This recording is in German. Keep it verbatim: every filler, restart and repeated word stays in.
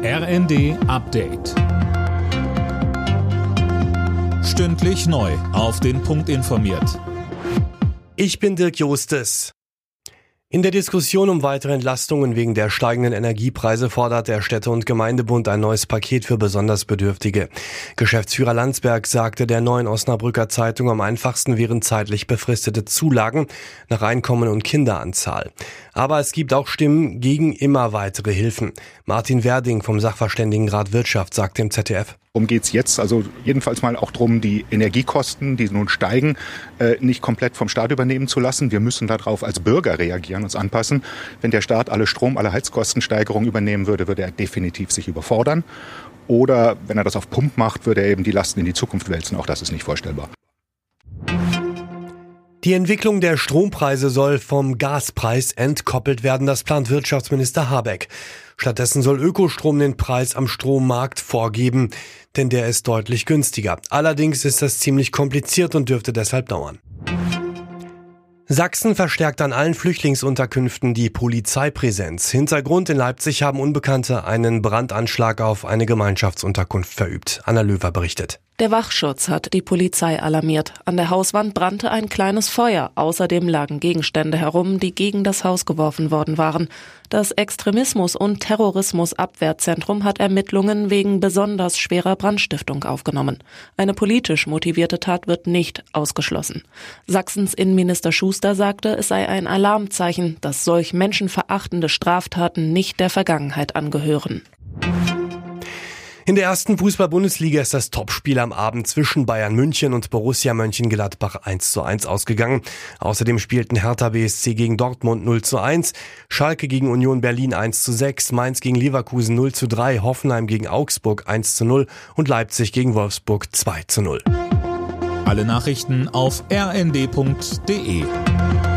R N D Update. Stündlich neu auf den Punkt informiert. Ich bin Dirk Jostes. In der Diskussion um weitere Entlastungen wegen der steigenden Energiepreise fordert der Städte- und Gemeindebund ein neues Paket für besonders Bedürftige. Geschäftsführer Landsberg sagte der Neuen Osnabrücker Zeitung, am einfachsten wären zeitlich befristete Zulagen nach Einkommen und Kinderanzahl. Aber es gibt auch Stimmen gegen immer weitere Hilfen. Martin Werding vom Sachverständigenrat Wirtschaft sagte im Z D F. Worum geht's jetzt? Also jedenfalls mal auch darum, die Energiekosten, die nun steigen, äh, nicht komplett vom Staat übernehmen zu lassen. Wir müssen darauf als Bürger reagieren, uns anpassen. Wenn der Staat alle Strom-, alle Heizkostensteigerungen übernehmen würde, würde er definitiv sich überfordern. Oder wenn er das auf Pump macht, würde er eben die Lasten in die Zukunft wälzen. Auch das ist nicht vorstellbar. Die Entwicklung der Strompreise soll vom Gaspreis entkoppelt werden, das plant Wirtschaftsminister Habeck. Stattdessen soll Ökostrom den Preis am Strommarkt vorgeben, denn der ist deutlich günstiger. Allerdings ist das ziemlich kompliziert und dürfte deshalb dauern. Sachsen verstärkt an allen Flüchtlingsunterkünften die Polizeipräsenz. Hintergrund: in Leipzig haben Unbekannte einen Brandanschlag auf eine Gemeinschaftsunterkunft verübt. Anna Löwer berichtet. Der Wachschutz hat die Polizei alarmiert. An der Hauswand brannte ein kleines Feuer. Außerdem lagen Gegenstände herum, die gegen das Haus geworfen worden waren. Das Extremismus- und Terrorismusabwehrzentrum hat Ermittlungen wegen besonders schwerer Brandstiftung aufgenommen. Eine politisch motivierte Tat wird nicht ausgeschlossen. Sachsens Innenminister Schuster sagte, es sei ein Alarmzeichen, dass solch menschenverachtende Straftaten nicht der Vergangenheit angehören. In der ersten Fußball-Bundesliga ist das Topspiel am Abend zwischen Bayern München und Borussia Mönchengladbach eins zu eins ausgegangen. Außerdem spielten Hertha B S C gegen Dortmund null zu eins, Schalke gegen Union Berlin eins zu sechs, Mainz gegen Leverkusen null zu drei, Hoffenheim gegen Augsburg eins zu null und Leipzig gegen Wolfsburg zwei zu null. Alle Nachrichten auf r n d punkt d e.